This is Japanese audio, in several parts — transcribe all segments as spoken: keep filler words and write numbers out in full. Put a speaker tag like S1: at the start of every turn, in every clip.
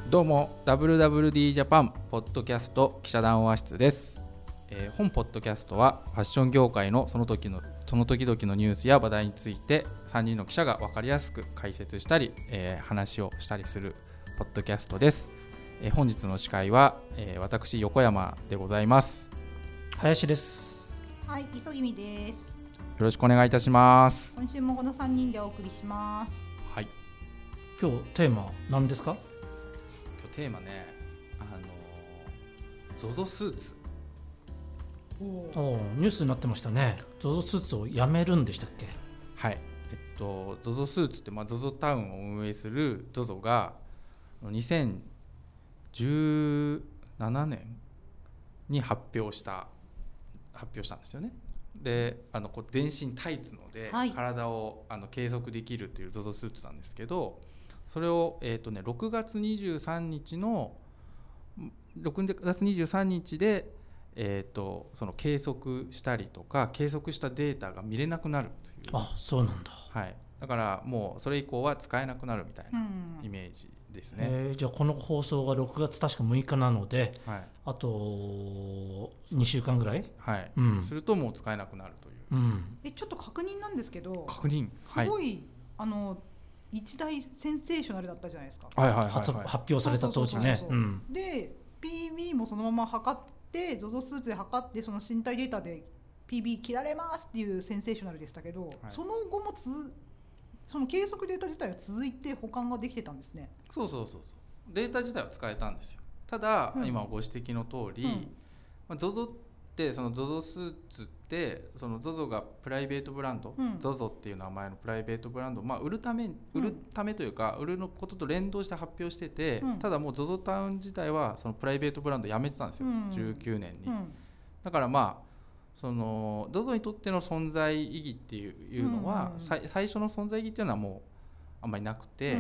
S1: どうも ダブリューダブリューディー ジャパンポッドキャスト記者談話室です、えー、本ポッドキャストはファッション業界のその時のその時々のニュースや話題についてさんにんの記者が分かりやすく解説したり、えー、話をしたりするポッドキャストです、えー、本日の司会は、えー、私横山でございます。
S2: 林です。
S3: はい、磯君です。よ
S1: ろしくお願いいたします。
S3: 今週もこのさんにんでお送りします。
S1: はい。
S2: 今日テーマ何ですか？
S1: 今日テーマね、あの ゾゾ スーツ。
S2: おお、ニュースになってましたね。 ゾゾ スーツをやめるんでしたっけ？
S1: はい、えっと ゾゾ スーツって、まあ、ゾゾ タウンを運営する ゾゾ がにせんじゅうななねんに発表した発表したんですよね。で、あのこう全身タイツので、はい、体をあの計測できるという ゾゾ スーツなんですけど、それを、えーとね、ろくがつにじゅうさんにちのろくがつにじゅうさんにちで、えーと、その計測したりとか計測したデータが見れなくなるという。
S2: あ、そうなんだ。
S1: はい、だからもうそれ以降は使えなくなるみたいなイメージですね。
S2: えー、じゃあこの放送がろくがつ確かむいかなので、
S1: はい、
S2: あとにしゅうかんぐらい、
S1: はい、うん、するともう使えなくなるという、
S2: うん、
S3: えちょっと確認なんですけど、
S1: 確認、
S3: すごい、はい、あの一大センセーショナルだったじゃないですか、
S1: はいはいはいはい、
S2: 発, 発表された当時ね。
S3: で ピービー もそのまま測って ゾゾ スーツで測ってその身体データで ピービー 切られますっていうセンセーショナルでしたけど、はい、その後もつその計測データ自体は続いて保管ができてたんですね。
S1: そうそうそうそう、データ自体は使えたんですよ。ただ、うん、今ご指摘の通り、うんまあ、ゾゾ ってその ゾゾ スーツってその ゾゾ がプライベートブランド、うん、ゾゾ っていう名前のプライベートブランドを、まあ、売るため売るためというか、うん、売るのことと連動して発表してて、うん、ただもう ゾゾ タウン自体はそのプライベートブランドやめてたんですよ、うん、じゅうきゅうねんに、うん、だからまあその ゾゾ にとっての存在意義っていうのは、うん、最初の存在意義っていうのはもうあんまりなくて、うん、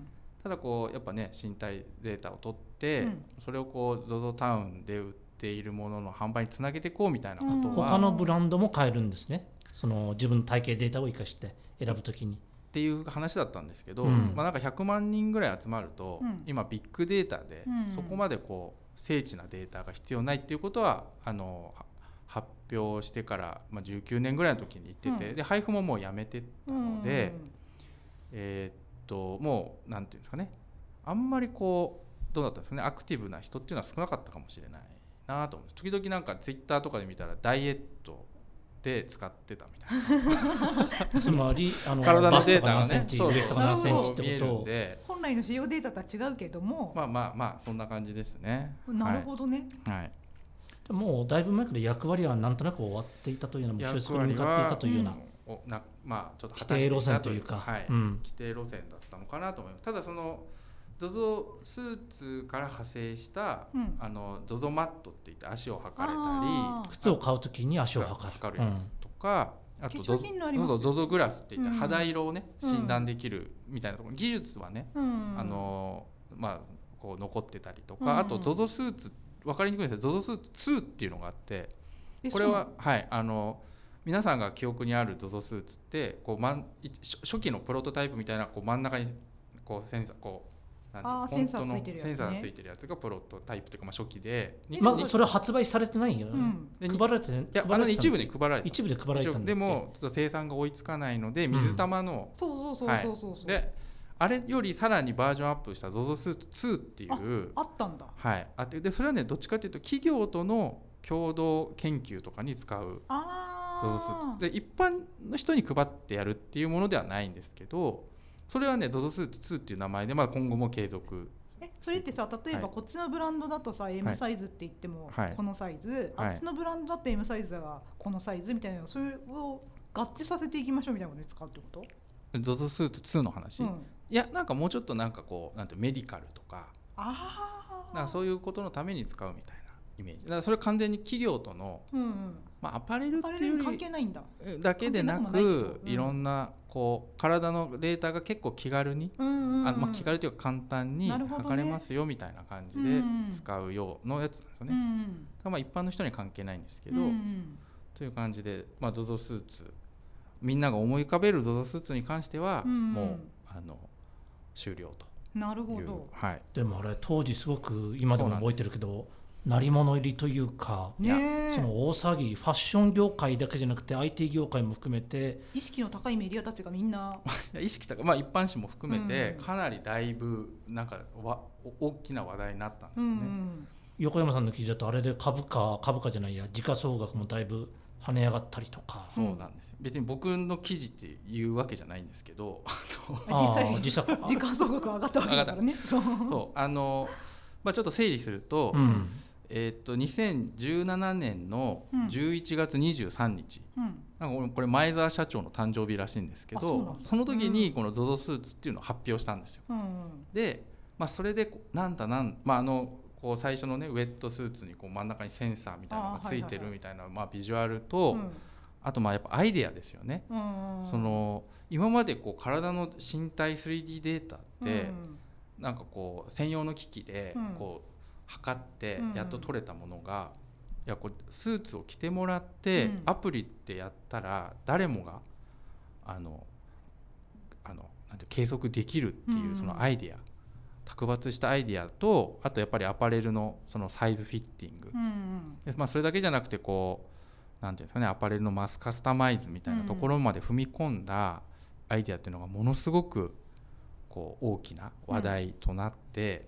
S1: ただこうやっぱね身体データを取って、うん、それをこう ゾゾ タウンで売っているものの販売につなげていこうみたいなことは、
S2: 他のブランドも買えるんですね。その自分の体系データを生かして選ぶときに
S1: っていう話だったんですけど、うんまあ、なんかひゃくまんにんぐらい集まると、うん、今ビッグデータでそこまでこう精緻なデータが必要ないっていうことはあの発表してから、まあ、じゅうきゅうねんぐらいの時に言ってて、うん、で配布ももうやめてたので、うんえー、っともうなんていうんですかね、あんまりこうどうだったんですかね、アクティブな人っていうのは少なかったかもしれないなと思う。時々なんかツイッターとかで見たらダイエットで使ってたみたいな
S2: つまりあの
S1: 体のデータがね、
S2: そうそうそう何センチってことを
S1: 見えるんで、
S3: 本来の使用データとは違うけども、
S1: まあまあまあそんな感じですね。
S3: なるほどね、
S1: はいはい、
S2: もうだいぶ前から役割はなんとなく終わっていたというのも収束に向かっていたというような、
S1: うん、なまあちょっと
S2: 規定路線というか、
S1: はい、うん、規定路線だったのかなと思います。ただその ゾゾ スーツから派生した、うん、あの ゾゾ マットって言って足を測れたり、
S2: 靴を買うときに足を測る
S1: 測るやつとか、うん、あと ゾゾ グラスって言って肌色をね、うん、診断できるみたいなところ、技術はね、うん、あのまあこう残ってたりとか、うん、あと ゾゾ スーツ分かりにくいんですけど ゾゾ スーツツーっていうのがあって、これははいあの皆さんが記憶にある ゾゾ スーツってこう真ん初期のプロトタイプみたいなこう真ん中にこうセンサーこう
S3: あセンサーついてるやつね、
S1: センサーがついてるやつがプロトタイプというか、まあ、初期で、
S2: まあ、それは発売されてないよ、うん、配られて、い
S1: やあの一部で配られた
S2: 一部で配られたんだ。
S1: でもちょっと生産が追いつかないので水玉の、
S3: うん、そうそうそうそうそう、
S1: であれよりさらにバージョンアップした ゾゾ スーツツーっていう
S3: あ, あったんだ、
S1: はい、あってでそれはねどっちかというと企業との共同研究とかに使う ゾゾ スーツで一般の人に配ってやるっていうものではないんですけど、それはね ゾゾ スーツツーっていう名前で、まあ、今後も継続。
S3: えそれってさ、例えばこっちのブランドだとさ、はい、エム サイズって言ってもこのサイズ、はい、あっちのブランドだと エム サイズがこのサイズみたいな、それを合致させていきましょうみたいなことに使うってこと？
S1: ゾゾ スーツツーの話、うん、いやなんかもうちょっとなんかこうなんてメディカルとか、
S3: あ
S1: なんかそういうことのために使うみたいなイメージだから、それは完全に企業との、うんうんまあ、アパレルっていうより
S3: 関係ないんだ
S1: だけでなく、いろんなこう体のデータが結構気軽に、うんうんうんあまあ、気軽というか簡単に測れますよみたいな感じで使うようのやつなんですよね、うんうん、まあ一般の人には関係ないんですけど、うんうん、という感じで、まあ、ゾゾ スーツみんなが思い浮かべる ゾゾ スーツに関しては、うんうん、もうあの終了と
S3: なるほど、
S1: はい、
S2: でもあれ当時すごく今でも覚えてるけど鳴り物入りというか、
S3: ね、
S2: その大騒ぎ、ファッション業界だけじゃなくて アイティー 業界も含めて
S3: 意識の高いメディアたちがみんな
S1: 意識高い、まあ、一般紙も含めてかなりだいぶなんかわ大きな話題になったんですよね、うんうん、
S2: 横山さんの記事だとあれで株価株価じゃないや時価総額もだいぶ跳ね上がったりとか。
S1: そうなんですよ。別に僕の記事っていうわけじゃないんですけど
S3: 実際時価総額上がったわけだからね
S1: そうそうあの、まあ、ちょっと整理すると、うんえー、とにせんじゅうななねんのじゅういちがつにじゅうさんにち、うん、なんかこれ前澤社長の誕生日らしいんですけど そ, その時にこの ゾゾ スーツっていうのを発表したんですよ、うん、で、まあ、それでなんだなん、まあ、あのこう最初のねウェットスーツにこう真ん中にセンサーみたいなのがついてるみたいなまあビジュアルと、うん、あとまあやっぱアイデアですよね、うん、その今までこう体の身体 スリーディー データって、うん、なんかこう専用の機器でこう測ってやっと取れたものが、いやこうスーツを着てもらってアプリってやったら誰もがあのあのなんて計測できるっていうそのアイデア、卓抜したアイデアと、あとやっぱりアパレルのそのサイズフィッティング、でまあそれだけじゃなくてこうなんていうんですかね、アパレルのマスカスタマイズみたいなところまで踏み込んだアイデアっていうのがものすごくこう大きな話題となって、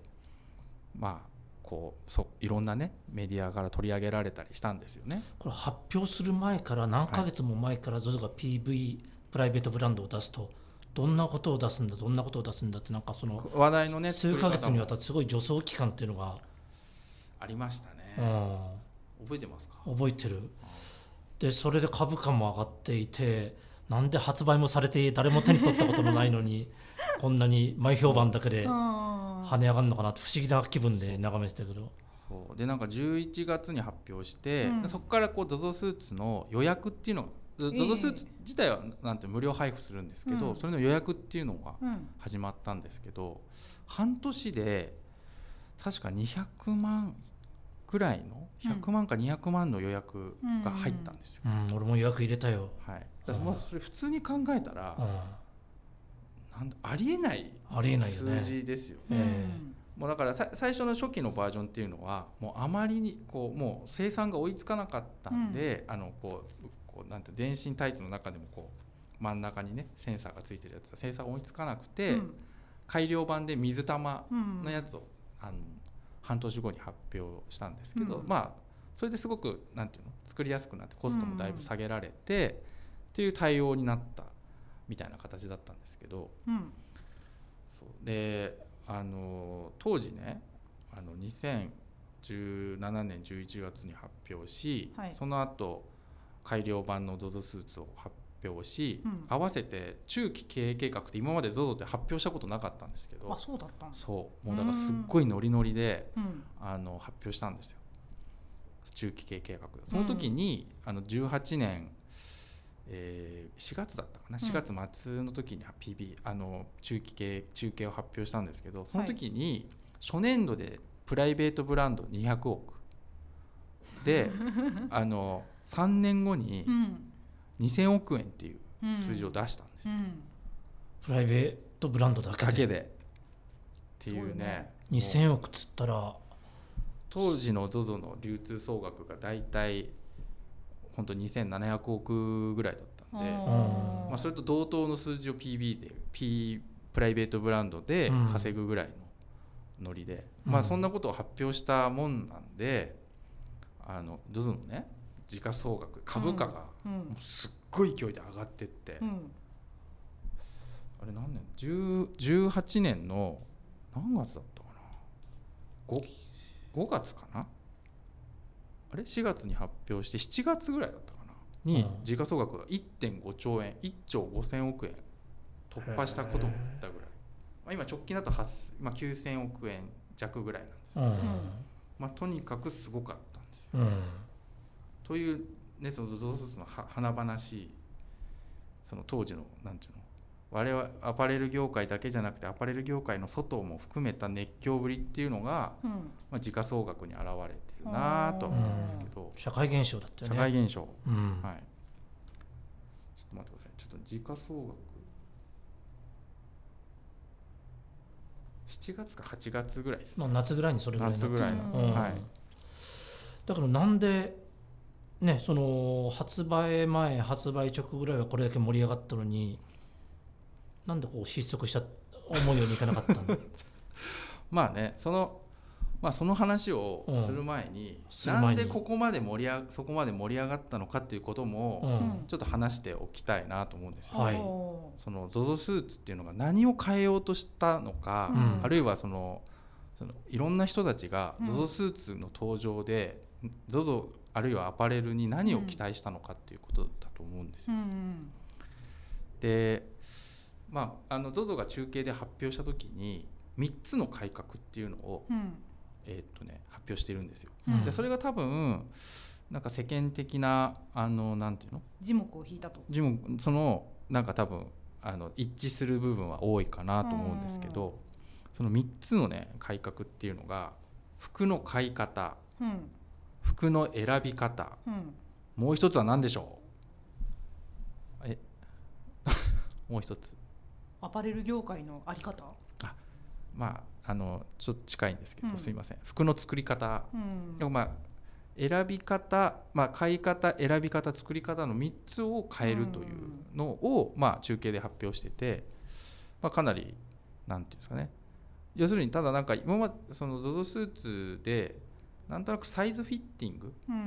S1: まあこうそういろんなねメディアから取り上げられたりしたんですよね。
S2: これ発表する前から何ヶ月も前から ゾゾ が ピーブイ プライベートブランドを出すとどんなことを出すんだどんなことを出すんだってなんかその
S1: 話題のね
S2: 数ヶ月にわたってすごい助走期間っていうのが
S1: ありましたね、うん、覚えてますか？
S2: 覚えてる。でそれで株価も上がっていて、なんで発売もされて誰も手に取ったこともないのにこんなに前評判だけで跳ね上がるのかなって不思議な気分で眺めてたけど、
S1: そうでなんかじゅういちがつに発表して、うん、そこからこう ゾゾ スーツの予約っていうのが ゾゾ スーツ自体はなんて無料配布するんですけど、うん、それの予約っていうのが始まったんですけど、うん、半年で確かにひゃくまんぐらいのひゃくまんかにひゃくまんの予約が入ったんですよ、
S2: うんうん、俺も予約入れたよ、
S1: はい、だからそれ普通に考えたら、うん、なんありえない数字ですよね。もうだからさ最初の初期のバージョンっていうのはもうあまりにこうもう生産が追いつかなかったんで、うん、あのこうこうなんて全身タイツの中でもこう真ん中にねセンサーがついてるやつは生産が追いつかなくて、うん、改良版で水玉のやつを、うん、あの半年後に発表したんですけど、うん、まあそれですごくなんていうの作りやすくなってコストもだいぶ下げられて、うん、っていう対応になったみたいな形だったんですけど、うん、そうであの当時ねあのにせんじゅうななねんじゅういちがつに発表し、はい、その後改良版の ゾゾ スーツを発表し、うん、合わせて中期経営計画って今まで ゾゾ って発表したことなかったんですけど、
S3: あそうだったんですか。
S1: そうもうだからすっごいノリノリで、うん、あの発表したんですよ中期経営計画。その時に、うん、あのじゅうはちねん、えー、しがつだったかな、しがつ末の時に ピービー あの中期経営中継を発表したんですけど、その時に初年度でプライベートブランドにひゃくおくであのさんねんごににせんおくえんっていう数字を出したんですよ、うんうん、
S2: プライベートブランドだけで
S1: だけでっていうね、
S2: にせんおくっつったら
S1: 当時の ゾゾ の流通総額がだいたい本当にせんななひゃくおくぐらいだったんで、まあ、それと同等の数字を ピービー で P プライベートブランドで稼ぐぐらいのノリで、うん、まあそんなことを発表したもんなんで、あの ゾゾ のね時価総額株価がもうすっごい勢いで上がってって、うん、あれ何年じゅう、じゅうはちねんの何月だったかな 5, ごがつかなあれしがつに発表してしちがつぐらいだったかなに時価総額が いってんごちょうえんいっちょうごせんおくえん突破したこともあったぐらい、まあ、今直近だと今きゅうせんおくえん弱ぐらいなんですけど、うんまあ、とにかくすごかったんですよ、うん、という、ね、その ゾゾ スーツの華々しいその当時のなんていうの我々アパレル業界だけじゃなくてアパレル業界の外も含めた熱狂ぶりっていうのが、うんまあ、時価総額に表れてるなと思うんですけど、
S2: 社会現象だったよね。
S1: 社会現象、うんはい、ちょっと待ってください。ちょっと時価総額しちがつかはちがつぐらいですね、
S2: まあ、夏ぐらいにそれぐらいになって
S1: 夏ぐらいの、
S2: うん
S1: はい、
S2: だからなんでねその発売前発売直後ぐらいはこれだけ盛り上がったのになんでこう失速した思うようにいかなかったの
S1: まあねそのまあ、その話をする前に、うん、なんでここまで盛り上そこまで盛り上がったのかっていうことも、うん、ちょっと話しておきたいなと思うんですよ、はい、その ゾゾ スーツっていうのが何を変えようとしたのか、うん、あるいはそのそのいろんな人たちが ゾゾ スーツの登場で、うん、ゾゾ あるいはアパレルに何を期待したのかっていうことだと思うんですよ、うんうん、で、まあ、あの ゾゾ が中継で発表した時にみっつの改革っていうのを、うんえーっとね、発表してるんですよ、うん、でそれが多分なんか世間的なあのなんていうの
S3: 耳目を引いたと
S1: 耳目そのなんか多分あの一致する部分は多いかなと思うんですけど、そのみっつのね改革っていうのが服の買い方、うん、服の選び方、うん、もう一つは何でしょうえもう一つ
S3: アパレル業界のあり方
S1: あまああのちょっと近いんですけど、うん、すいません服の作り方、うん、でもまあ選び方、まあ、買い方選び方作り方のみっつを変えるというのを、うんまあ、中継で発表してて、まあ、かなりなんていうんですかね要するにただなんか今までその ゾゾ スーツでなんとなくサイズフィッティング、うん、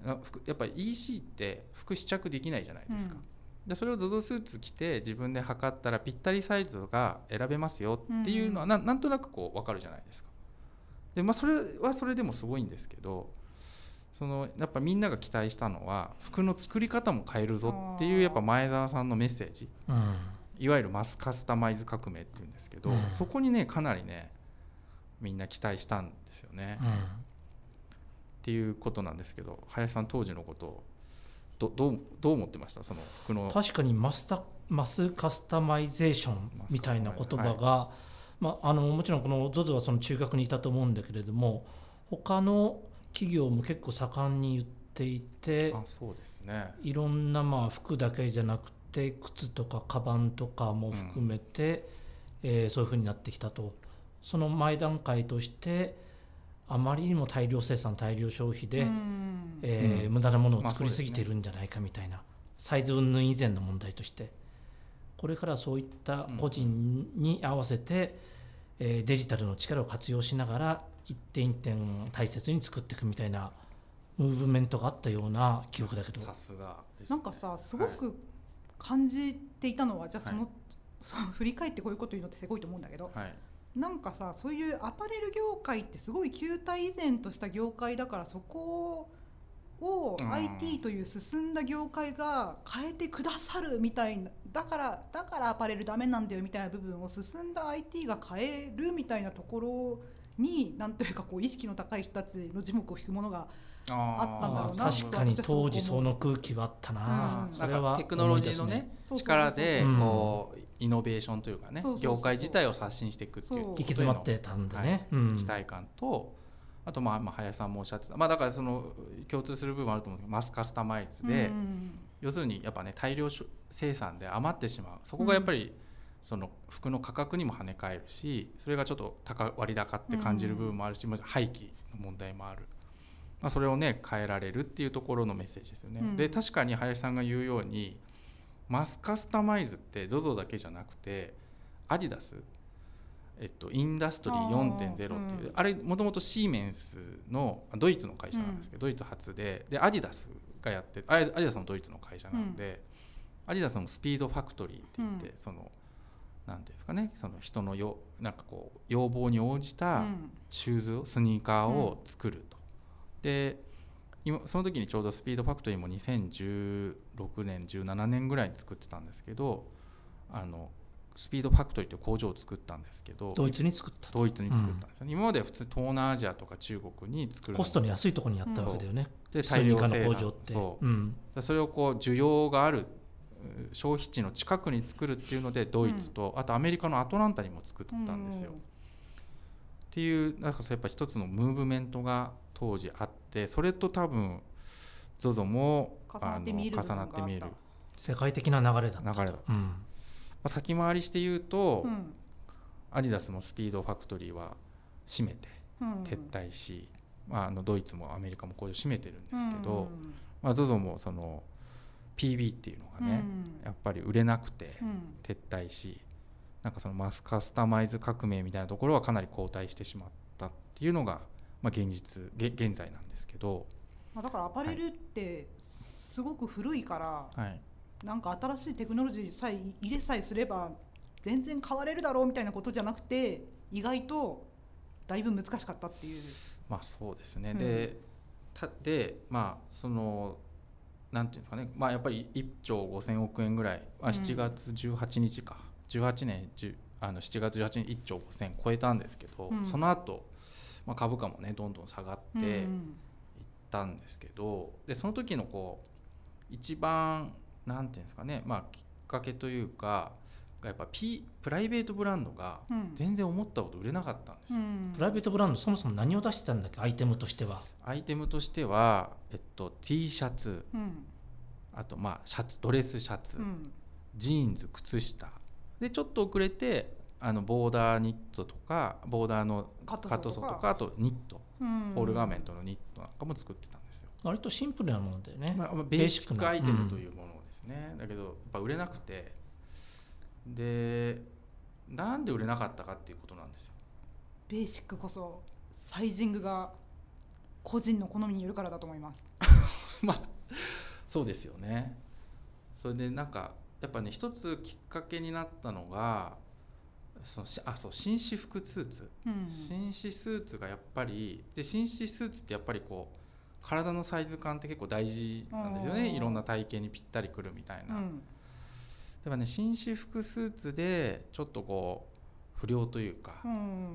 S1: やっぱり イーシー って服試着できないじゃないですか、うんでそれを ゾゾ スーツ着て自分で測ったらぴったりサイズが選べますよっていうのは な, なんとなくこう分かるじゃないですかで、まあ、それはそれでもすごいんですけどそのやっぱみんなが期待したのは服の作り方も変えるぞっていうやっぱ前澤さんのメッセージ、うん、いわゆるマスカスタマイズ革命っていうんですけど、うん、そこにねかなりねみんな期待したんですよね、うん、っていうことなんですけど林さん当時のことをど, ど, うどう思ってましたその服の
S2: 確かにマスタマスカスタマイゼーションみたいな言葉が、はいまあ、あのもちろんこの ゾゾ はその中核にいたと思うんだけれども他の企業も結構盛んに言っていて
S1: あそうですね
S2: いろんなまあ服だけじゃなくて靴とかカバンとかも含めて、うんえー、そういう風になってきたとその前段階としてあまりにも大量生産大量消費で、うんえーうん、無駄なものを作りすぎているんじゃないかみたいな、まあね、サイズ云々以前の問題としてこれからそういった個人に合わせて、うんえー、デジタルの力を活用しながら一点一点大切に作っていくみたいなムーブメントがあったような記憶だけど
S1: さすがですね、
S3: なんかさすごく感じていたのは、はい、じゃあその、はい、その振り返ってこういうこと言うのってすごいと思うんだけど、はいなんかさそういうアパレル業界ってすごい旧態依然とした業界だからそこを アイティー という進んだ業界が変えてくださるみたいなだからだからアパレルダメなんだよみたいな部分を進んだ アイティー が変えるみたいなところになんというかこう意識の高い人たちの耳目を引くものがあったんだろうな。
S2: 確かに当時その空気はあったな、
S1: うん、それはテクノロジーのね力でこうイノベーションというかね業界自体を刷新していくっていう
S2: 行き詰まってたんでね、
S1: はいうん、期待感とあとまあまあ林さんもおっしゃってた、まあ、だからその共通する部分あると思うんですけどマスカスタマイズで、うん、要するにやっぱね大量生産で余ってしまうそこがやっぱりその服の価格にも跳ね返るしそれがちょっと高割高って感じる部分もあるし、うん、廃棄の問題もある、まあ、それをね変えられるっていうところのメッセージですよね、うん、で確かに林さんが言うようにマスカスタマイズって ゾゾ だけじゃなくてアディダス、えっと、インダストリー よんてんゼロ っていう あ,、うん、あれもともとシーメンスのドイツの会社なんですけど、うん、ドイツ発 で, でアディダスがやってアディダスもドイツの会社なんで、うん、アディダスのスピードファクトリーって言って、うん、そのなんていうんですかねその人のよなんかこう要望に応じたシューズをスニーカーを作ると、うん、で今その時にちょうどスピードファクトリーもにせんじゅうろくねんじゅうななねんぐらいに作ってたんですけどあのスピードファクトリーという工場を作ったんですけど
S2: ドイツに作った
S1: ドイツに作ったんですよ、ねうん、今までは普通東南アジアとか中国に作る
S2: コストの安いところにやったわけだよね、
S1: うん、で大量生産
S2: の工場って
S1: そう、うん、それをこう需要がある消費地の近くに作るっていうのでドイツと、うん、あとアメリカのアトランタにも作ったんですよ、うん、っていうなんかやっぱ一つのムーブメントが当時あってそれと多分 ゾゾ も
S3: 重なって見える
S1: 重なって見える
S2: 世界的な流れだった
S1: 流れだった、うんまあ、先回りして言うと、うんアディダスもスピードファクトリーは閉めて撤退し、うんまあ、あのドイツもアメリカも工場閉めてるんですけど、うんまあ、ゾゾ もその ピービー っていうのがね、うん、やっぱり売れなくて撤退し、なんかそのマスカスタマイズ革命みたいなところはかなり後退してしまったっていうのが、まあ、現実現在なんですけど、
S3: だからアパレルってすごく古いから、はい、なんか新しいテクノロジーさえ入れさえすれば全然変われるだろうみたいなことじゃなくて、意外とだいぶ難しかったっていう。
S1: まあそうですね、うん、でたでまあそのなんていうんですかね、まあやっぱりいっちょうごせんおくえんぐらい、まあ、しちがつじゅうはちにちか、うん、じゅうはちねんあのしちがつじゅうはちにちいっちょうごせん超えたんですけど、うん、その後、まあ株価もねどんどん下がっていったんですけど、でその時のこう一番なんていうんですかね、まあきっかけというかやっぱ P プライベートブランドが全然思ったほど売れなかったんですよ、うん、
S2: プライベートブランドそもそも何を出してたんだっけ、アイテムとしては。
S1: アイテムとしては、えっと、T シャツ、うん、あとまあシャツドレスシャツ、うん、ジーンズ靴下でちょっと遅れてあのボーダーニットとかボーダーのカットソーとかあとニット、うん、ホールガーメントのニットなんかも作ってたんですよ。
S2: 割とシンプルなものだよね、
S1: まあ、ベーシックアイテムというものですね、うん、だけどやっぱ売れなくて、でなんで売れなかったかっていうことなんですよ。
S3: ベーシックこそサイジングが個人の好みによるからだと思います
S1: まあそうですよね。それでなんかやっぱね一つきっかけになったのがそのあそう紳士服スーツ、うん、紳士スーツがやっぱりで紳士スーツってやっぱりこう体のサイズ感って結構大事なんですよね。いろんな体型にぴったりくるみたいな、うん、だからね紳士服スーツでちょっとこう不良というか、うん、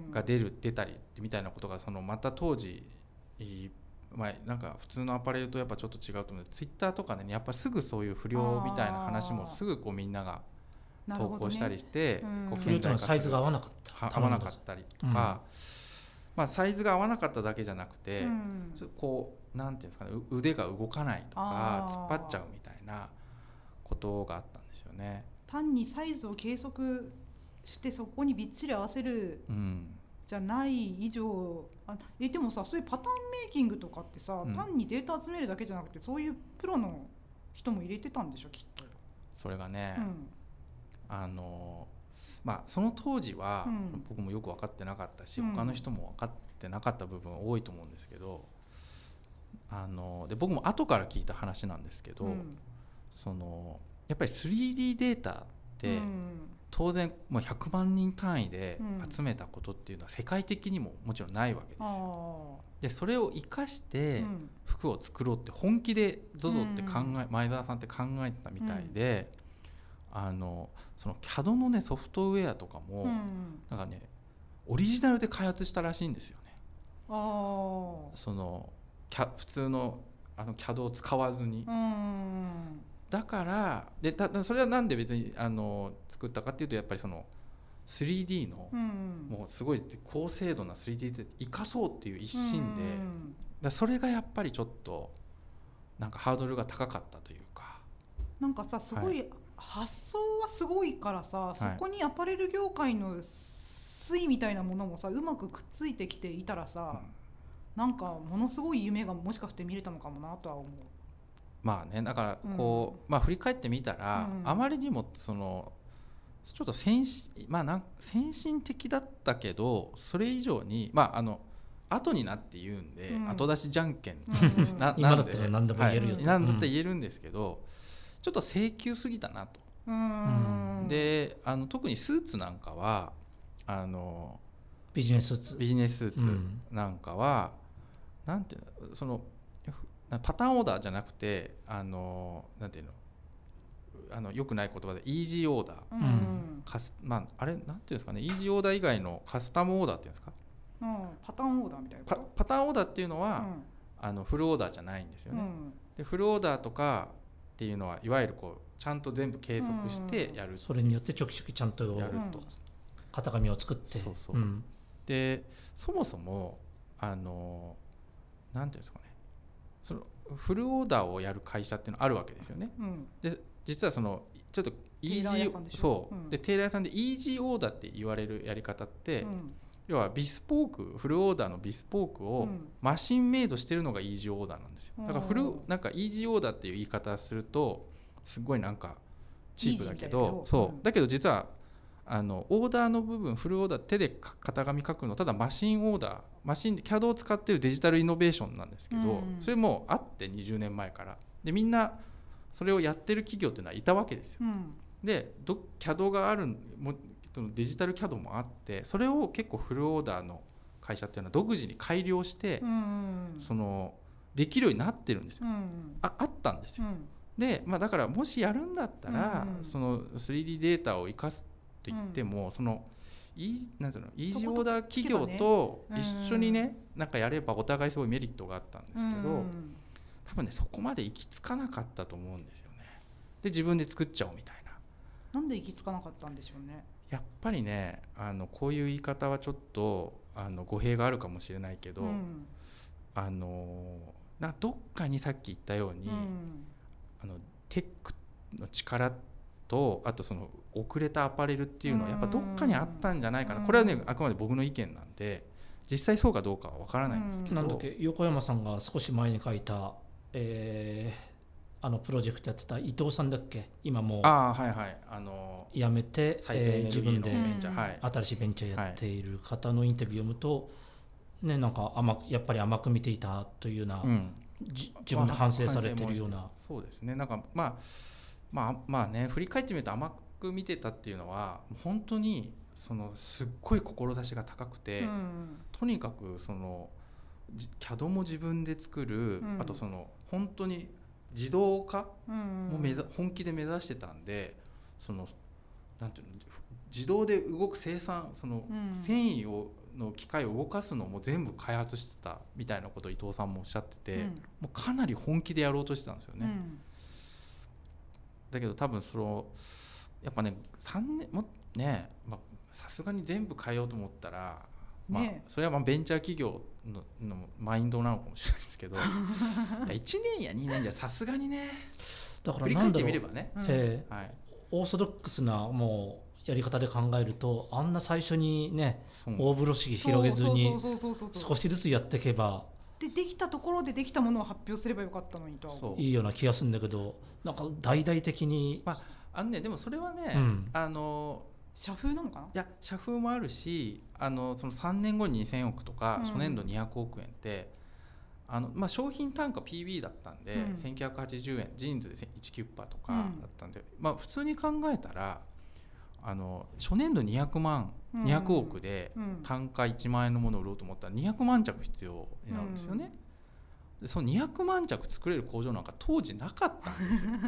S1: が出る出たりみたいなことがそのまた当時まあ、なんか普通のアパレルとやっぱちょっと違うと思うのでツイッターとかねやっぱりすぐそういう不良みたいな話もすぐこうみんなが投稿したりして、
S2: ね、こう不良とのサイズが合わなかった
S1: 合わなかったりとか、うんまあ、サイズが合わなかっただけじゃなくて、うん、こうなんていうんですかね腕が動かないとか突っ張っちゃうみたいなことがあったんですよね。
S3: 単にサイズを計測してそこにびっちり合わせる、うんじゃない以上あえでもさそういうパターンメイキングとかってさ、うん、単にデータ集めるだけじゃなくてそういうプロの人も入れてたんでしょきっと。
S1: それがね、うん、あのまあその当時は、うん、僕もよく分かってなかったし、うん、他の人も分かってなかった部分多いと思うんですけど、あので僕も後から聞いた話なんですけど、うん、そのやっぱり スリーディー データって、うん当然もうひゃくまんにん単位で集めたことっていうのは世界的にももちろんないわけですよ。でそれを生かして服を作ろうって本気で ゾゾ って考え、前澤さんって考えてたみたいで、あのその キャド のねソフトウェアとかもなんかねオリジナルで開発したらしいんですよね。あそのキャ普通のあの キャド を使わずに。うんだからでたそれはなんで別にあの作ったかっていうとやっぱりその スリーディー の、うん、もうすごい高精度な スリーディー で生かそうっていう一心で、うん、だそれがやっぱりちょっとなんかハードルが高かったというか
S3: なんかさすごい、はい、発想はすごいからさ、はい、そこにアパレル業界の粋みたいなものもさうまくくっついてきていたらさ、うん、なんかものすごい夢がもしかして見れたのかもなとは思う。
S1: まあね、だからこう、うんまあ、振り返ってみたら、うん、あまりにもそのちょっと先進、まあ、なん先進的だったけどそれ以上にまああの後になって言うんで、うん、後出しじゃんけん、
S2: うん、な今だったら何でも言えるよ、
S1: はい、何だったら言えるんですけど、うん、ちょっと請求すぎたなと。うんであの特にスーツなんかはあの
S2: ビジネススーツ
S1: ビジネススーツなんかは、うん、なんていうのそのパターンオーダーじゃなくてあのなんていうのあのよくない言葉でイージーオーダー、うんカスまあ、あれなんていうんですかねイージーオーダー以外のカスタムオーダーっていうんですか、
S3: うん、パターンオーダーみたいなパ
S1: パターンオーダーっていうのは、うん、あのフルオーダーじゃないんですよね、うん、でフルオーダーとかっていうのはいわゆるこうちゃんと全部計測してやる、うん、
S2: それによってちょきちょきちゃんとやると型紙を作って
S1: そうそう、うん、でそもそもあのなんていうんですかねそのフルオーダーをやる会社っていうのあるわけですよね、うん、で実はそのちょっとイージーそう、うん、でテーラー屋さんでイージーオーダーって言われるやり方って、うん、要はビスポークフルオーダーのビスポークをマシンメイドしてるのがイージーオーダーなんですよ。だからフルなんかイージーオーダーっていう言い方するとすごいなんかチープだけど、そう、だけど実はあのオーダーの部分フルオーダー手で型紙書くのただマシンオーダーマシン キャド を使ってるデジタルイノベーションなんですけど、うん、それもあってにじゅうねんまえからでみんなそれをやってる企業っていうのはいたわけですよ、うん、で キャド があるもデジタル キャド もあってそれを結構フルオーダーの会社っていうのは独自に改良して、うん、そのできるようになってるんですよ、うん、あ, あったんですよ、うんでまあ、だからもしやるんだったら、うん、その スリーディー データを生かすと言っても、うん、そのイー、なんていうの、イージーオーダー企業と一緒にね、うん、なんかやればお互いすごいメリットがあったんですけど、うん、多分ねそこまで行き着かなかったと思うんですよね。で自分で作っちゃおうみたいな。
S3: なんで行き着かなかったんでしょうね。
S1: やっぱりねあのこういう言い方はちょっとあの語弊があるかもしれないけど、うん、あのなどっかにさっき言ったように、うんあのテックの力とあとその遅れたアパレルっていうのはやっぱどっかにあったんじゃないかな。これはねあくまで僕の意見なんで実際そうかどうかは分からないんですけど、
S2: なんだっけ横山さんが少し前に書いた、えー、あのプロジェクトやってた伊藤さんだっけ今もう
S1: あ、はいはい、あの
S2: 辞めて、えー、自分で
S1: はい、
S2: 新しいベンチャーやっている方のインタビューを読むと、ね、なんか甘やっぱり甘く見ていたというような、うん自分で反省されてるような、まあ、
S1: そうですね。なんかまあまあまあね振り返ってみると甘く見てたっていうのは本当にそのすっごい志が高くて、うん、とにかくその キャド も自分で作る、うん、あとその本当に自動化も目ざ本気で目指してたんで、そのなんていうの自動で動く生産その繊維をの機械を動かすのも全部開発してたみたいなことを伊藤さんもおっしゃってて、うん、もうかなり本気でやろうとしてたんですよね、うん、だけど多分そのやっぱねさんねんもねさすがに全部変えようと思ったら、まあ、それはまあベンチャー企業 の, のマインドなのかもしれないですけどいやいちねんやにねんじゃさすがにね
S2: だから
S1: 振り返ってみればね、
S2: うんえーはい、オーソドックスなもうやり方で考えるとあんな最初にね大風呂敷広げずに少しずつやっていけば
S3: でできたところでできたものを発表すればよかったのにと
S2: いいような気がするんだけどなんか大々的に、
S1: まああのね、でもそれはね、うん、あの
S3: 社風なのかな。い
S1: や社風もあるしあのそのさんねんごににせんおくとか、うん、初年度にひゃくおくえんってあの、まあ、商品単価 ピービー だったんで、うん、せんきゅうひゃくはちじゅうえんジーンズで せんきゅうじゅう とかだったんで、うんまあ、普通に考えたらあの初年度にひゃくまん、うん、にひゃくおくで単価いちまんえんのものを売ろうと思ったらにひゃくまんちゃく必要になるんですよね、うん、でそのにひゃくまんちゃく作れる工場なんか当時なかったんですよ、うん、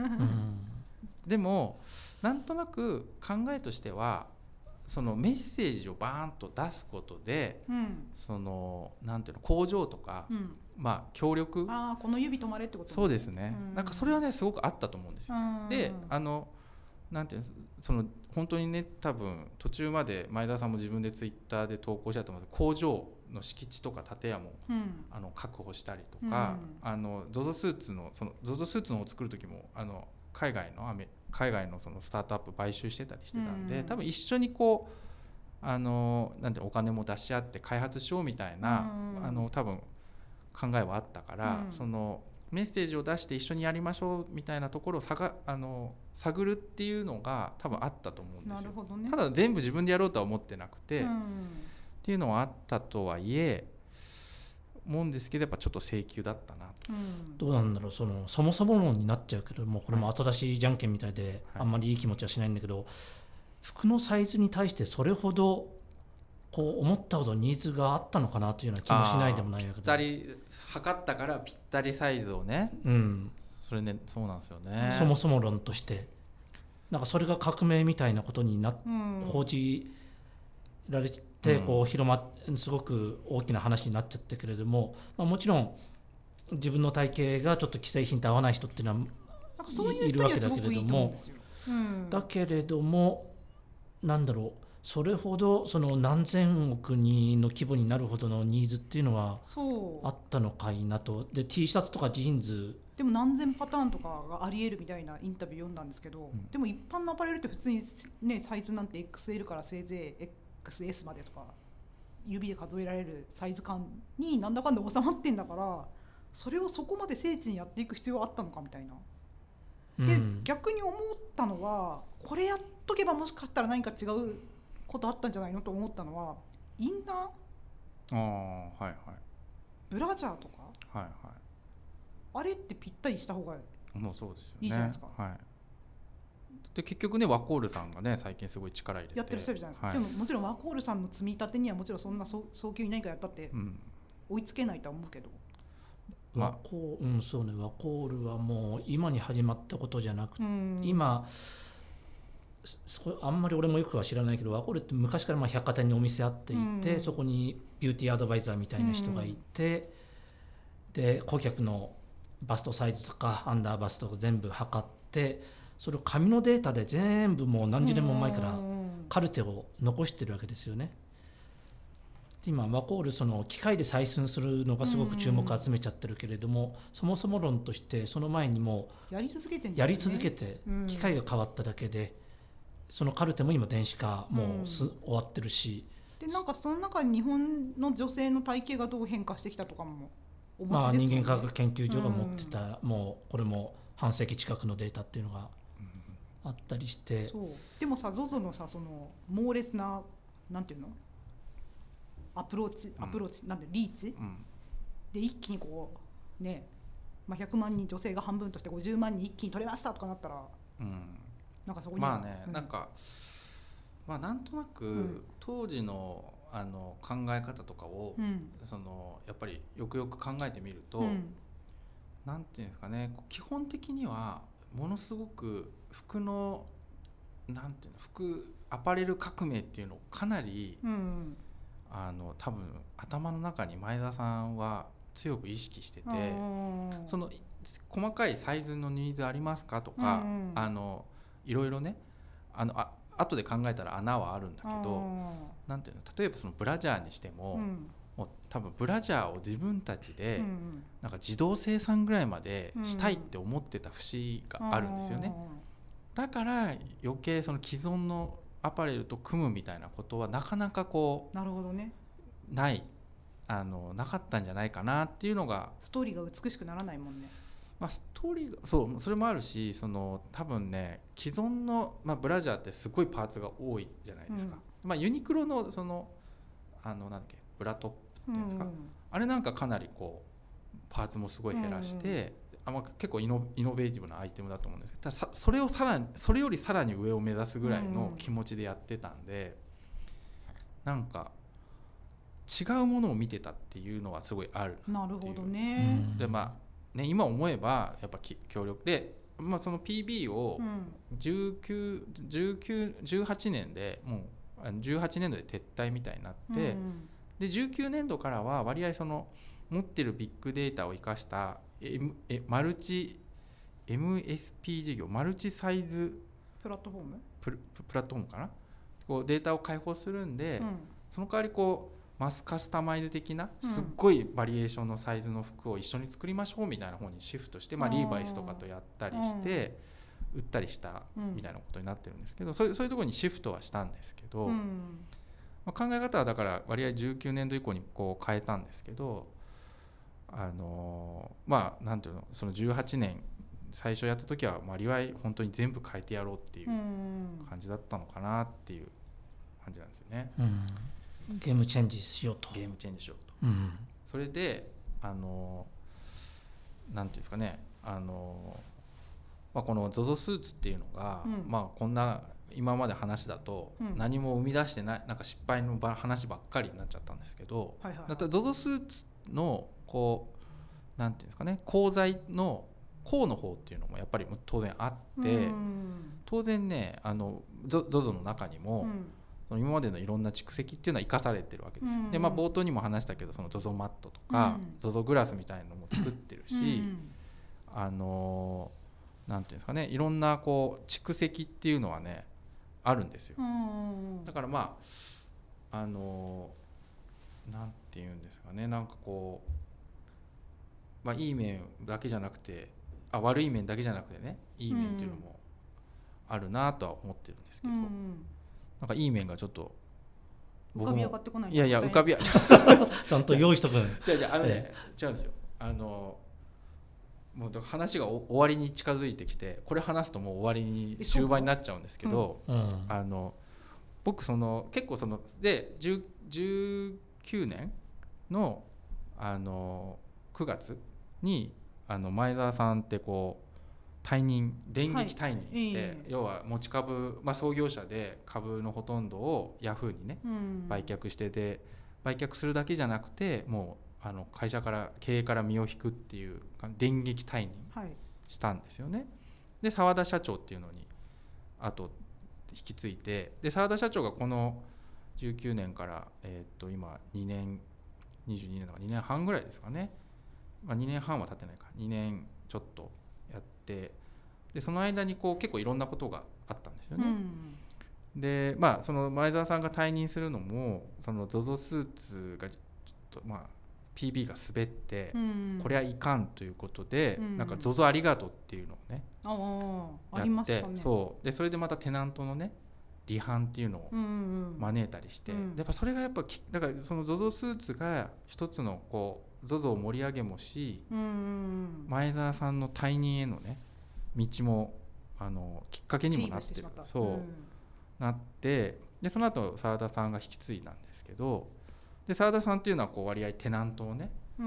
S1: でもなんとなく考えとしてはそのメッセージをバーンと出すことで、うん、そのなんていうの工場とか、うんまあ、協力
S3: あこの指止まれってこと、ね、
S1: そうですね、うん、なんかそれはねすごくあったと思うんですよ、うん、であのなんていうのその本当にね多分途中まで前田さんも自分でツイッターで投稿したと思います工場の敷地とか建屋も、うん、あの確保したりとか、うん、あの ZOZO スーツのその ZOZO スーツのを作る時もあの海外のアメ海外のそのスタートアップ買収してたりしてたんで、うん、多分一緒にこうあのなんてお金も出し合って開発しようみたいな、うん、あの多分考えはあったから、うん、そのメッセージを出して一緒にやりましょうみたいなところをさがあの探るっていうのが多分あったと思うんですよ。なるほどね。ただ全部自分でやろうとは思ってなくて、うん、っていうのはあったとはいえ思うんですけどやっぱちょっと請求だったなと、うん、
S2: どうなんだろう そのそもそも論になっちゃうけどもこれも新しいじゃんけんみたいで、はい、あんまりいい気持ちはしないんだけど、はい、服のサイズに対してそれほどこう思ったほどニーズがあったのかなというような気もしないでもないけどぴ
S1: ったり測ったからぴったりサイズをね、うん、それねそうなんですよね
S2: そもそも論としてなんかそれが革命みたいなことにな、うん、報じられてこう広ま、うん、すごく大きな話になっちゃったけれども、まあ、もちろん自分の体型がちょっと既製品と合わない人っていうのはいるわけだけれども、うん、だけれどもなんだろうそれほどその何千億人の規模になるほどのニーズっていうのはあったのかいなと。で T シャツとかジーンズ
S3: でも何千パターンとかがありえるみたいなインタビュー読んだんですけど、うん、でも一般のアパレルって普通に、ね、サイズなんて エックスエル からせいぜい エックスエス までとか指で数えられるサイズ感になんだかんだ収まってんだから、それをそこまで精緻にやっていく必要あったのかみたいな。で、うん、逆に思ったのはこれやっとけばもしかしたら何か違うことあったんじゃないのと思ったのは、インナー、
S1: あ、はいはい、
S3: ブラジャーとか、
S1: はいはい、
S3: あれってぴったりした方がい
S1: もうそうですよね、
S3: いいじゃないですか。
S1: はい、で結局ねワコールさんがね最近すごい力入れて
S3: やってる人じゃないですか、はい、でももちろんワコールさんの積み立てにはもちろんそんな早急に何かやったって追いつけないとは思うけど、
S2: うん、ワコー、うん、そうね、ワコールはもう今に始まったことじゃなくて、うん、今あんまり俺もよくは知らないけど、ワコールって昔からまあ百貨店にお店あっていて、うん、そこにビューティーアドバイザーみたいな人がいて、うん、で顧客のバストサイズとかアンダーバストとか全部測って、それを紙のデータで全部もう何十年も前からカルテを残してるわけですよね。今ワコールその機械で採寸するのがすごく注目を集めちゃってるけれども、そもそも論としてその前にも
S3: やり続けてんですよね。
S2: やり続けて機械が変わっただけで、そのカルテも今電子化もうす、うん、終わってるし、
S3: でなんかその中に日本の女性の体型がどう変化してきたとかもお持ちですよね。
S2: まあ、人間科学研究所が持ってた、うん、もうこれも半世紀近くのデータっていうのがあったりして、
S3: そうでもさ ゾゾ のさその猛烈ななんていうのアプローチアプローチ、うん、なんでリーチ、うん、で一気にこうね、まあ、ひゃくまんにん女性が半分としてごじゅうまんにん一気に取れましたとかなったら、うん、なんかそこには
S1: まあね、うん、なんかまあなんとなく、うん、当時のあの考え方とかを、うん、そのやっぱりよくよく考えてみると、うん、なんていうんですかね、基本的にはものすごく服のなんていうの服アパレル革命っていうのをかなり、うん、あの多分頭の中に前田さんは強く意識してて、その細かいサイズのニーズありますかとか、うん、あのいろいろね、あのあ後で考えたら穴はあるんだけど、なんていうの、例えばそのブラジャーにしても、うん、もう多分ブラジャーを自分たちで、うん、なんか自動生産ぐらいまでしたいって思ってた節があるんですよね、うん、だから余計その既存のアパレルと組むみたいなことはなかなかこう
S3: なるほどね、
S1: ないあのなかったんじゃないかなっていうのが、
S3: ストーリーが美しくならないもんね。
S1: まあ、ストーリーがそうそれもあるし、その多分ね既存の、まあ、ブラジャーってすごいパーツが多いじゃないですか、うんまあ、ユニクロのそのあのなんだっけブラトップっていうんですか、うんうん、あれなんかかなりこうパーツもすごい減らして、うんうん、あまあ、結構イノ、イノベーティブなアイテムだと思うんですけど、ただそれをさらにそれよりさらに上を目指すぐらいの気持ちでやってたんで、うん、なんか違うものを見てたっていうのはすごいある
S3: なっていう。なるほどね。
S1: でまあね、今思えばやっぱ協力で、まあ、その ピービー をじゅうきゅう、じゅうきゅう、じゅうはちねんでもうじゅうはちねんどで撤退みたいになって、うん、でじゅうきゅうねんどからは割合その持ってるビッグデータを生かした、M、えマルチ エムエスピー 事業マルチサイズ
S3: プラットフォーム
S1: プ, プラットフォームかな、こうデータを開放するんで、うん、その代わりこうマスカスタマイズ的なすっごいバリエーションのサイズの服を一緒に作りましょうみたいな方にシフトして、まあ、リーバイスとかとやったりして売ったりしたみたいなことになってるんですけど、そういう、そういうところにシフトはしたんですけど、まあ、考え方はだから割合じゅうきゅうねんど以降にこう変えたんですけど、あのまあなんていうの、そのじゅうはちねん最初やった時は割合本当に全部変えてやろうっていう感じだったのかなっていう感じなんですよね。
S2: うんゲームチェンジしようと
S1: ゲームチェンジしようと、うん、それであのなんていうんですかね、あの、まあ、この ゾゾ スーツっていうのが、うんまあ、こんな今まで話だと何も生み出してない、なんか失敗の話ばっかりになっちゃったんですけど、はいはいはい、だったら ゾゾ スーツのこうなんていうんですかね、鋼材の鋼の方っていうのもやっぱり当然あって、うん、当然ねあの ゾゾ の中にも、うんその今までのいろんな蓄積っていうのは生かされてるわけですよ、うんでまあ、冒頭にも話したけどその ゾゾ マットとか、うん、ゾゾ グラスみたいなのも作ってるし、うん、あのなんていうんですかね、いろんなこう蓄積っていうのはねあるんですよ、うん、だからまああのなんていうんですかね、なんかこう、まあ、いい面だけじゃなくてあ悪い面だけじゃなくてねいい面っていうのもあるなとは思ってるんですけど、うん、なんかいい面がちょっと
S3: 浮かび上がってこない。
S1: いやいや浮かび
S2: ちゃんと用意しとくん。
S1: じゃあじゃああのね、ええ、違うんですよ。あのもう話が終わりに近づいてきてこれ話すともう終わりに終盤になっちゃうんですけど、うん、あの僕その結構そのでじゅうきゅうねんのあのくがつにあの前澤さんってこう退任電撃退任して、はい、要は持ち株、まあ、創業者で株のほとんどをヤフーにね、うん、売却してで売却するだけじゃなくてもうあの会社から経営から身を引くっていう電撃退任したんですよね、はい、で澤田社長っていうのにあと引き継いでで澤田社長がこのじゅうきゅうねんから、えー、と今にねんにじゅうにねんだからにねんはんぐらいですかね、まあ、にねんはんは経ってないかにねんちょっとやってでその間にこう結構いろんなことがあったんですよね、うん、でまあその前澤さんが退任するのもその ゾゾ スーツがちょっとまあ ピービー が滑って、うん、これはいかんということで、うん、なんか ゾゾ ありがとうっていうのをね、
S3: ああ、やって、ありましたね、
S1: そうでそれでまたテナントのね離反っていうのを招いたりして、うんうん、やっぱそれがやっぱだからその ゾゾ スーツが一つのこう ゾゾ を盛り上げもし、うんうん、前澤さんの退任へのね道もあのきっかけにもなってるそう、うん、なってでその後澤田さんが引き継いだんですけどで澤田さんっていうのはこう割合テナントをね、うん、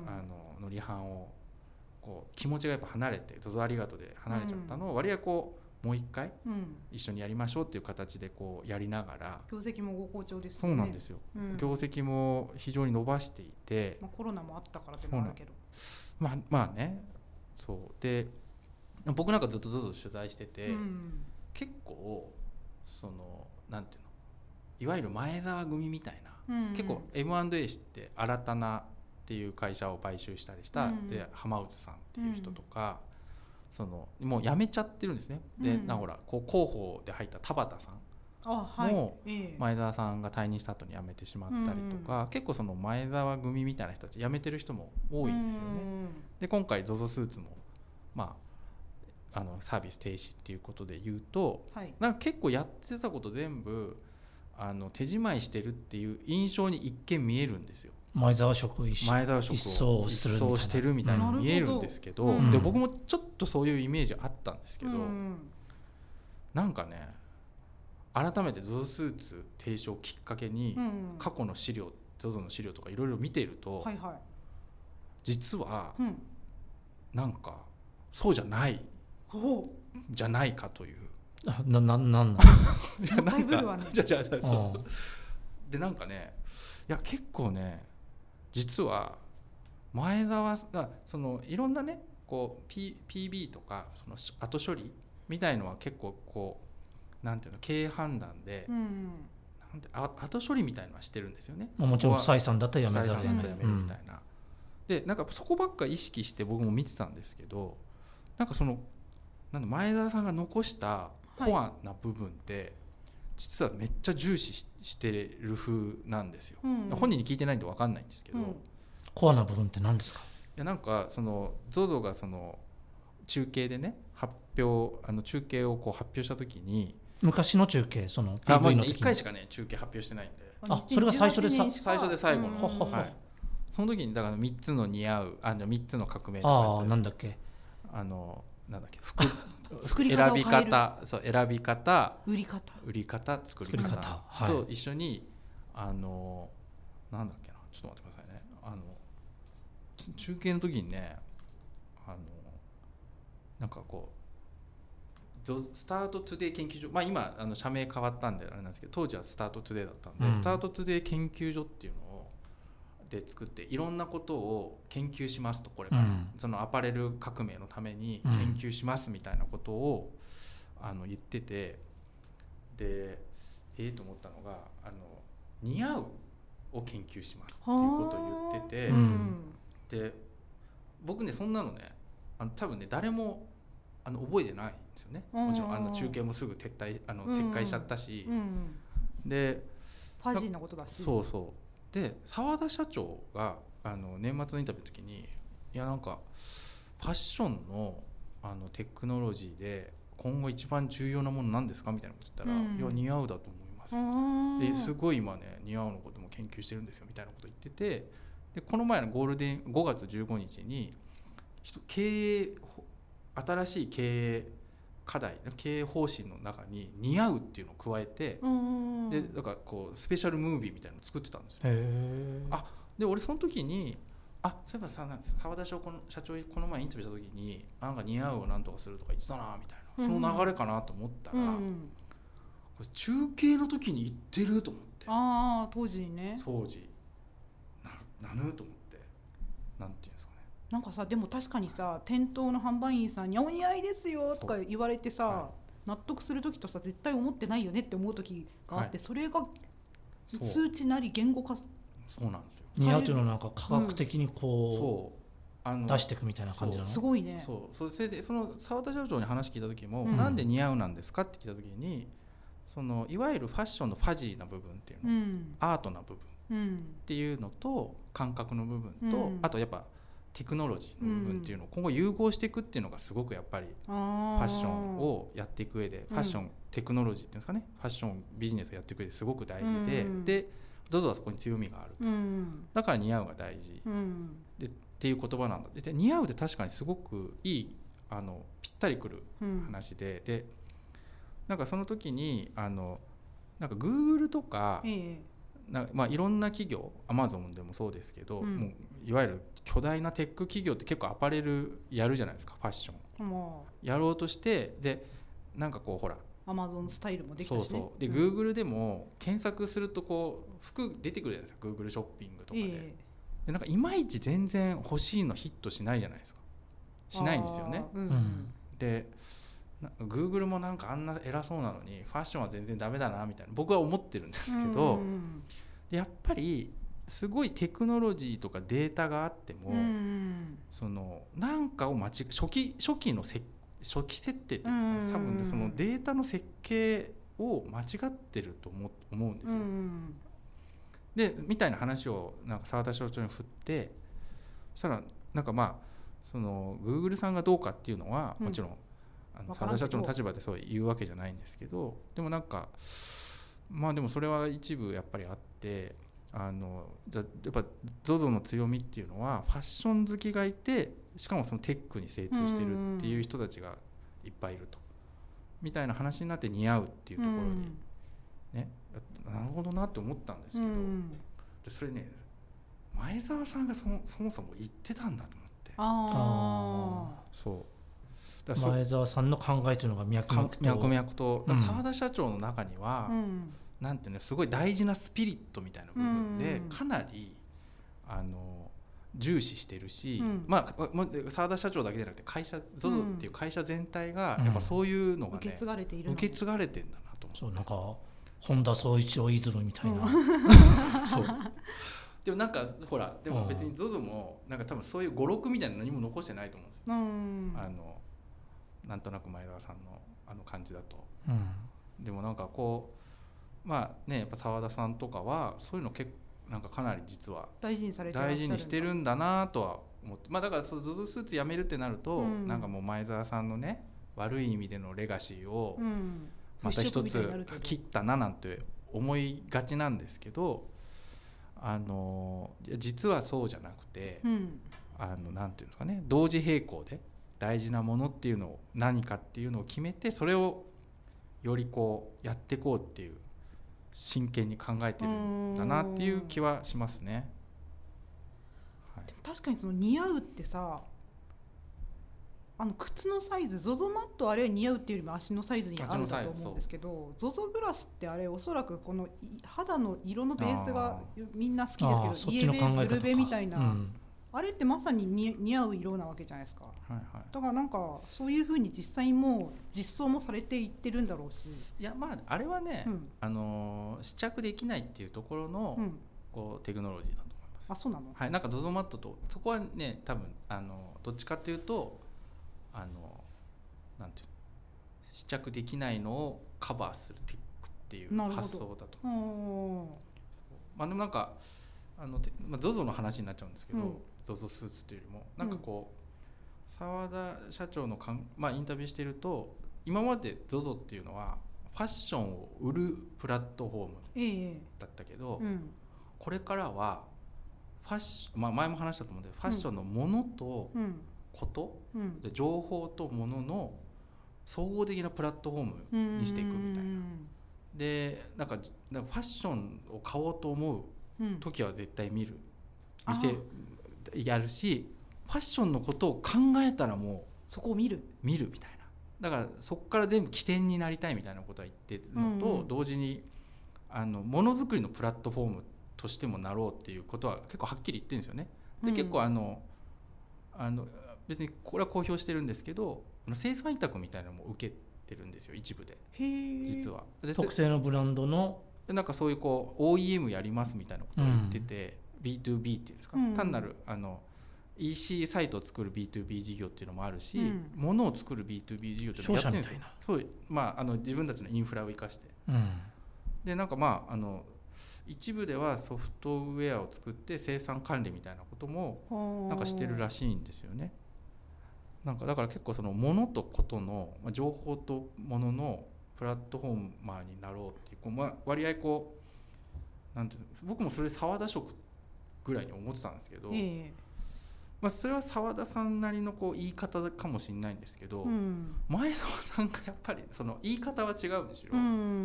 S1: あのの離反をこう気持ちがやっぱ離れて ゾゾ ありがとうで離れちゃったのを割合こうもう一回一緒にやりましょうっていう形でこうやりながら
S3: 業績もご好調です
S1: よね。そうなんですよ、うん、業績も非常に伸ばしていて、
S3: まあ、コロナもあったからってのもあるけど
S1: まあまあねそうで僕なんかずっと ゾゾ 取材してて、うん、結構そのなんていうのいわゆる前澤組みたいな、うん、結構 エムアンドエー して新たなっていう会社を買収したりした、うん、で浜内さんっていう人とか、うん、そのもう辞めちゃってるんですね、うん、でなほらこう広報で入った田畑さんも前澤さんが退任した後に辞めてしまったりとか、うん、結構その前澤組みたいな人たち辞めてる人も多いんですよね、うん、で今回 ゾゾ スーツもまああのサービス停止っていうことで言うと、はい、なんか結構やってたこと全部あの手仕舞いしてるっていう印象に一見見えるんですよ。
S2: 前澤職を一
S1: 掃してるみたいに見えるんですけど、うん、で僕もちょっとそういうイメージあったんですけど、うん、なんかね改めて ゾゾ スーツ提唱をきっかけに、うん、過去の資料 ゾゾ の資料とかいろいろ見てると、はいはい、実は、うん、なんかそうじゃないじゃないかという
S2: なななんなん
S1: じゃあなんかじゃあじゃあそうでなんかねいや結構ね実は前澤がそのいろんなねこう P、ピービー とかその後処理みたいのは結構こうなんていうの経営判断で、うん、なんて後処理みたいのはしてるんですよね。
S2: もちろん採算だったらやめざるを得ない
S1: みたいな、うん、でなんかそこばっか意識して僕も見てたんですけどなんかそのなん前澤さんが残したコアな部分って、はい、実はめっちゃ重視 し, してる風なんですよ、うんうん、本人に聞いてないんで分かんないんですけど、うん、
S2: コアな部分って何ですか？
S1: いやなんかその ゾゾ がその中継でね発表あの中継をこう発表した時に
S2: 昔の中継その
S1: ピーブイ の時にいっかいしかね中継発表してないんで
S2: あそれが最初でさ
S1: 最初で最後の、はい、その時にだからみっつの似合うあのみっつの革命とか
S2: あなんだっけ
S1: あのなんだっけ服作り方を変える選び方そう選び方
S3: 売り方
S1: 売り方作り方と一緒に、はい、あのなんだっけなちょっと待ってくださいねあの中継の時にねあのなんかこうスタートトゥデイ研究所まあ今あの社名変わったんであれなんですけど当時はスタートトゥデイだったんで、うん、スタートトゥデイ研究所っていうのをで作っていろんなことを研究しますとこれから、うん、そのアパレル革命のために研究しますみたいなことを、うん、あの言っててでええー、と思ったのがあの似合うを研究しますっていうことを言ってて、うん、で僕ねそんなのねあの多分ね誰もあの覚えてないんですよね。もちろんあの中継もすぐ撤退あの撤回しちゃったし、うんうん、で
S3: ファジーなことだし
S1: そうそうで澤田社長があの年末のインタビューの時にいやなんかファッションのあのテクノロジーで今後一番重要なものなんですかみたいなこと言ったら、うん、いや似合うだと思いますですごい今ね似合うのことも研究してるんですよみたいなこと言ってて、でこの前のゴールデンごがつじゅうごにちに経営新しい経営課題経営方針の中に似合うっていうのを加えて、でだからこうスペシャルムービーみたいなのを作ってたんですよ。あで俺その時にあそういえばさ澤田社長この前インタビューした時になんか似合うをなんとかするとか言ってたなみたいな、その流れかなと思ったら、うん、これ中継の時に言ってると思って、
S3: ああ当時ね
S1: 当時ななぬと思ってなんていうんですかね、
S3: なんかさでも確かにさ店頭の販売員さんにお似合いですよとか言われてさ、はい、納得する時とさ絶対思ってないよねって思う時があって、はい、それが数値なり言語化
S1: そうなんですよ。
S2: 似合うというのはなんか科学的にこう、うん、出していくみたいな感じなの。
S3: すごいね。
S1: そうそれでその澤田社長に話聞いた時も、うん、なんで似合うなんですかって聞いた時にそのいわゆるファッションのファジーな部分っていうの、うん、アートな部分っていうのと感覚の部分と、うん、あとやっぱテクノロジーの部分っていうのを今後融合していくっていうのがすごくやっぱりファッションをやっていく上でファッション、うん、テクノロジーっていうんですかね、ファッションビジネスをやっていく上ですごく大事で、うん、でゾゾはそこに強みがあると、うん、だから似合うが大事、うん、でっていう言葉なんだ。で似合うって確かにすごくいいあのぴったりくる話で、うん、でなんかその時にあのなんか Google とか、ええなまあ、いろんな企業 Amazon でもそうですけど、うん、もういわゆる巨大なテック企業って結構アパレルやるじゃないですか、ファッション、うん、やろうとしてでなんかこうほら
S3: アマゾンスタイルもできたしね。
S1: そうそうで、うん、Google でも検索するとこう服出てくるじゃないですか、 Google ショッピングとかで、えー、でなんかいまいち全然欲しいのヒットしないじゃないですか、しないんですよね、うん、でGoogle もなんかあんな偉そうなのにファッションは全然ダメだなみたいな僕は思ってるんですけど、うん、でやっぱりすごいテクノロジーとかデータがあっても、うん、そのなんかを間違初期初期の設初期設定っていうんですか、多分そのデータの設計を間違ってると思うんですよ、うん、でみたいな話をなんか澤田社長に振って、そしたらなんかまあその Google さんがどうかっていうのはもちろん、うん、あの澤田社長の立場でそう言うわけじゃないんですけど、でもなんかまあでもそれは一部やっぱりあって、あのやっぱ ゾゾ の強みっていうのはファッション好きがいて、しかもそのテックに精通してるっていう人たちがいっぱいいると、みたいな話になって似合うっていうところにね、なるほどなって思ったんですけど、でそれね前澤さんが そ, そもそも言ってたんだと思って、
S3: あ
S1: あそう
S2: だ前澤さんの考えというのが脈々と
S1: 脈々と澤田社長の中には、うん、なんていうのすごい大事なスピリットみたいな部分でかなりあの重視してるし、うん、まあ澤田社長だけじゃなくて会社 ゾゾ っていう会社全体がやっぱそういうのがね、
S3: 受け継がれているの
S1: 受け継がれてんだなと思って、
S2: そうなんか本田宗一郎イズムみたいな、うん、
S1: そうでもなんかほらでも別に ゾゾ もなんか多分そういう語録みたいなの何も残してないと思うんですよ、うん、あのなんとなく前澤さんのあの感じだと、うん、でもなんかこうまあねやっぱ澤田さんとかはそういうの結構なんかかなり実は
S3: 大事にされて
S1: 大事にしてるんだなとは思って、まあだから ゾゾ スーツやめるってなると、うん、なんかもう前澤さんのね悪い意味でのレガシーをまた一つ切ったななんて思いがちなんですけど、あの実はそうじゃなくて、うん、あのなんていうんですかね、同時並行で大事なものっていうのを何かっていうのを決めて、それをよりこうやっていこうっていう真剣に考えてるんだなっていう気はしますね、
S3: はい、でも確かにその似合うってさ、あの靴のサイズ ゾゾ マットあれは似合うっていうよりも足のサイズにあるんだと思うんですけど、 ゾゾ グラスってあれおそらくこの肌の色のベースがみんな好きですけど、イエベブルベみたいな、うん、あれってまさに似合う色なわけじゃないですか、はいはい、だからなんかそういう風に実際もう実装もされていってるんだろうし、
S1: いやまああれはね、うん、あの試着できないっていうところの、うん、こうテクノロジーだと思います。
S3: あ、そうなの？
S1: はい、なんか ゾゾ マットとそこはね多分あのどっちかというとあのなんていう試着できないのをカバーするテックっていう発想だと思います。まあでもなんかあの、まあ、ゾゾ の話になっちゃうんですけど、うん、ゾゾ スーツというよりもなんかこう、 澤田社長のかん、まあ、インタビューしてると今まで ゾゾ っていうのはファッションを売るプラットフォームだったけど、
S3: ええうん、
S1: これからはファッション、まあ、前も話したと思うんでファッションのものとこと、うん、で情報とものの総合的なプラットフォームにしていくみたいな、でなんかなんかファッションを買おうと思う時は絶対見る、うん、店やるしファッションのことを考えたらもう
S3: そこを見る
S1: 見るみたいな、だからそこから全部起点になりたいみたいなことは言ってるのと、うんうん、同時にあのものづくりのプラットフォームとしてもなろうっていうことは結構はっきり言ってるんですよね。で、うん、結構あのあの別にこれは公表してるんですけど生産委託みたいなのも受けてるんですよ一部で実は。で
S2: 特定のブランドの
S1: なんかそういうこう オーイーエム やりますみたいなことを言ってて、うん、ビーツービー っていうんですか、うん、単なるあの イーシー サイトを作る ビーツービー 事業っていうのもあるし、うん、物を作る ビーツービー 事業っていうのもやってるんですよ。そう、まあ、あの自分たちのインフラを生かして、うん、でなんかまああの一部ではソフトウェアを作って生産管理みたいなこともなんかしてるらしいんですよね。なんかだから結構その物とことの情報と物のプラットフォーマーになろうっていう、こう、まあ、割合こうなんていう僕もそれ澤田色ぐらいに思ってたんですけど、えーまあ、それは澤田さんなりのこう言い方かもしれないんですけど、うん、前園さんがやっぱりその言い方は違うでしょ、うん、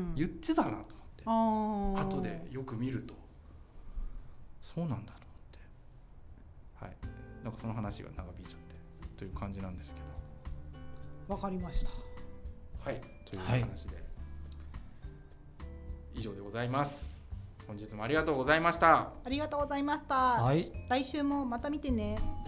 S1: 言ってたなと思って、あ後でよく見るとそうなんだと思って、はい、なんかその話が長引いちゃってという感じなんですけ
S3: ど。わかりました。
S1: はいという話で、はい、以上でございます。本日もありがとうございました。
S3: ありがとうございました、
S2: はい、
S3: 来週もまた見てね。